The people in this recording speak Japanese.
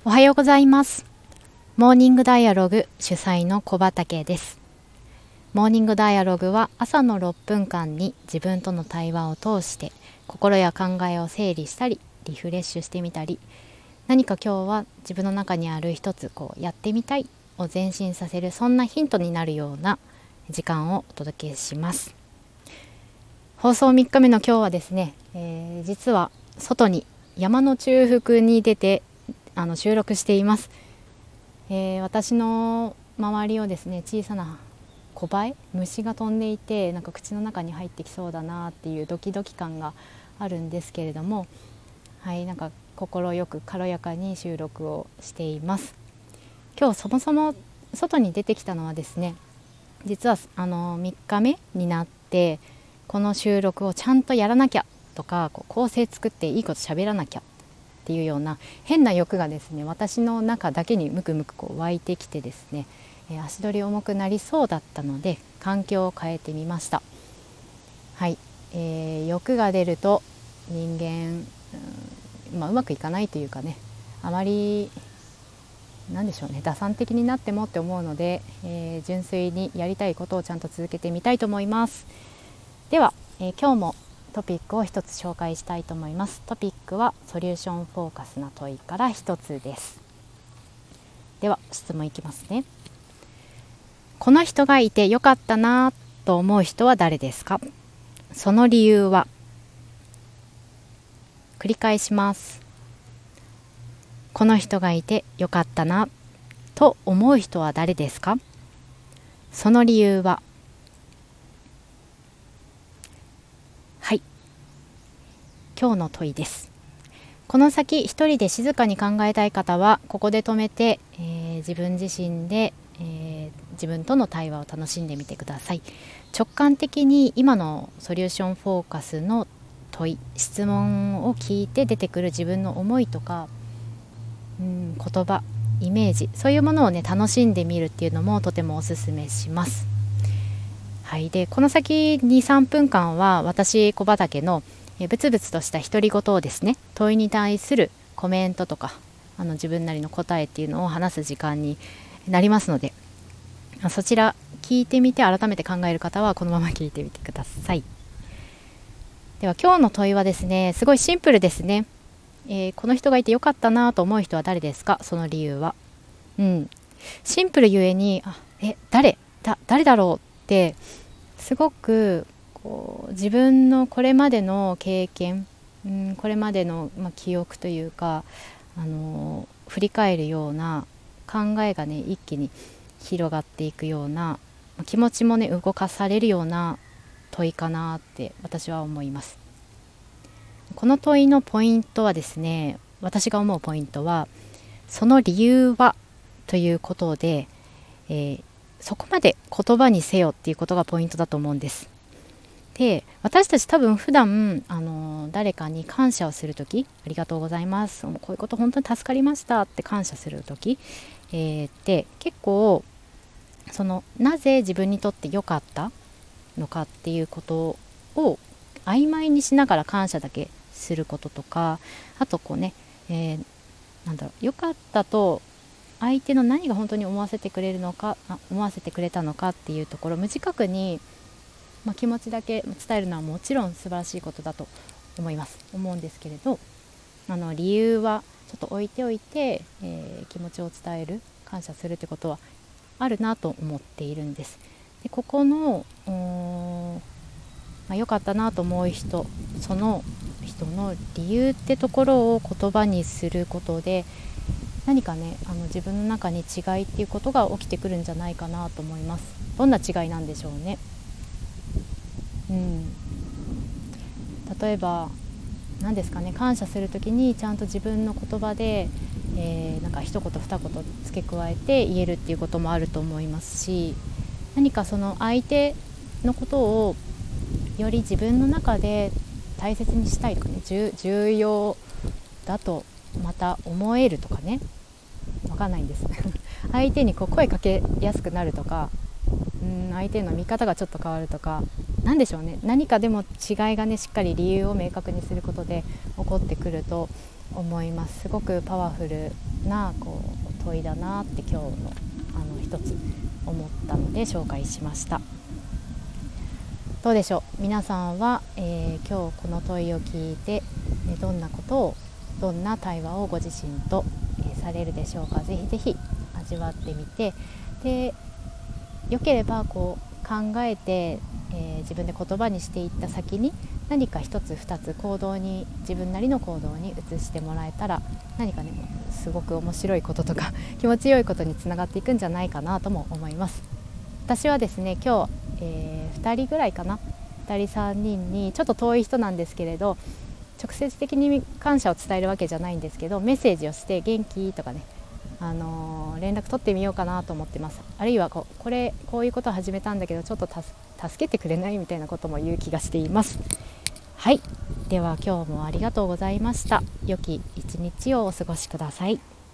おはようございます。モーニングダイアログ主催の小畑です。モーニングダイアログは朝の6分間に自分との対話を通して心や考えを整理したりリフレッシュしてみたり、何か今日は自分の中にある一つやってみたいを前進させる、そんなヒントになるような時間をお届けします。放送3日目の今日はですね、実は外に山の中腹に出て収録しています。私の周りをですね、小さな小バエ、虫が飛んでいて、なんか口の中に入ってきそうだなっていうドキドキ感があるんですけれども、はい、なんか心よく軽やかに収録をしています。今日そもそも外に出てきたのはですね、実は3日目になって、この収録をちゃんとやらなきゃとか、構成作っていいこと喋らなきゃっていうような変な欲がですね、私の中だけにムクムク湧いてきてですね、足取り重くなりそうだったので環境を変えてみました。はい、欲が出ると人間、うまくいかないというかね、あまりなんでしょうね、打算的になってもって思うので、純粋にやりたいことをちゃんと続けてみたいと思います。では、今日もトピックを一つ紹介したいと思います。トピックはソリューションフォーカスな問いから一つです。では質問いきますね。この人がいてよかったなと思う人は誰ですか？その理由は？繰り返します。この人がいてよかったなと思う人は誰ですか？その理由は？はい、今日の問いです。この先一人で静かに考えたい方はここで止めて、自分自身で、自分との対話を楽しんでみてください。直感的に今のソリューションフォーカスの問い、質問を聞いて出てくる自分の思いとか、言葉、イメージ、そういうものをね楽しんでみるっていうのもとてもおすすめします。はい、でこの先 2,3 分間は私小畑のブツブツとした独り言をですね、問いに対するコメントとか自分なりの答えっていうのを話す時間になりますので、そちら聞いてみて改めて考える方はこのまま聞いてみてください。では今日の問いはですね、すごいシンプルですね。この人がいてよかったなと思う人は誰ですか？その理由は？シンプルゆえに誰だろうってすごく自分のこれまでの経験、これまでの、記憶というか、振り返るような考えがね一気に広がっていくような、気持ちもね動かされるような問いかなって私は思います。この問いのポイントはですね、私が思うポイントはその理由はということで、そこまで言葉にせよっていうことがポイントだと思うんです。で、私たち多分普段誰かに感謝をするとき、ありがとうございます、こういうこと本当に助かりましたって感謝するとき、って結構なぜ自分にとって良かったのかっていうことを曖昧にしながら感謝だけすることとか、あと良かったと相手の何が本当に思わせてくれたのかっていうところ、無自覚に、気持ちだけ伝えるのはもちろん素晴らしいことだと思うんですけれど、理由はちょっと置いておいて、気持ちを伝える、感謝するってことはあるなと思っているんです。でここの良かったなと思う人、その人の理由ってところを言葉にすることで、何かね自分の中に違いっていうことが起きてくるんじゃないかなと思います。どんな違いなんでしょうね。例えば何ですかね、感謝するときにちゃんと自分の言葉で、なんか一言二言付け加えて言えるっていうこともあると思いますし、何かその相手のことをより自分の中で大切にしたいとかね、重要だとまた思えるとかね、わかんないんです相手に声かけやすくなるとか、相手の見方がちょっと変わるとか、なんでしょうね、何かでも違いがねしっかり理由を明確にすることで起こってくると、 思います。すごくパワフルな問いだなって今日の一つ思ったので紹介しました。どうでしょう、皆さんは、今日この問いを聞いて、どんなことをどんな対話をご自身と、されるでしょうか。ぜひぜひ味わってみて、でよければ考えて、自分で言葉にしていった先に何か一つ二つ自分なりの行動に移してもらえたら、何かねすごく面白いこととか気持ちよいことにつながっていくんじゃないかなとも思います。私はですね今日、2人ぐらいかな、2人3人にちょっと遠い人なんですけれど、直接的に感謝を伝えるわけじゃないんですけど、メッセージをして元気とかね、連絡取ってみようかなと思ってます。あるいはこういうことを始めたんだけどちょっと助けてくれないみたいなことも言う気がしています。はい、では今日もありがとうございました。良き一日をお過ごしください。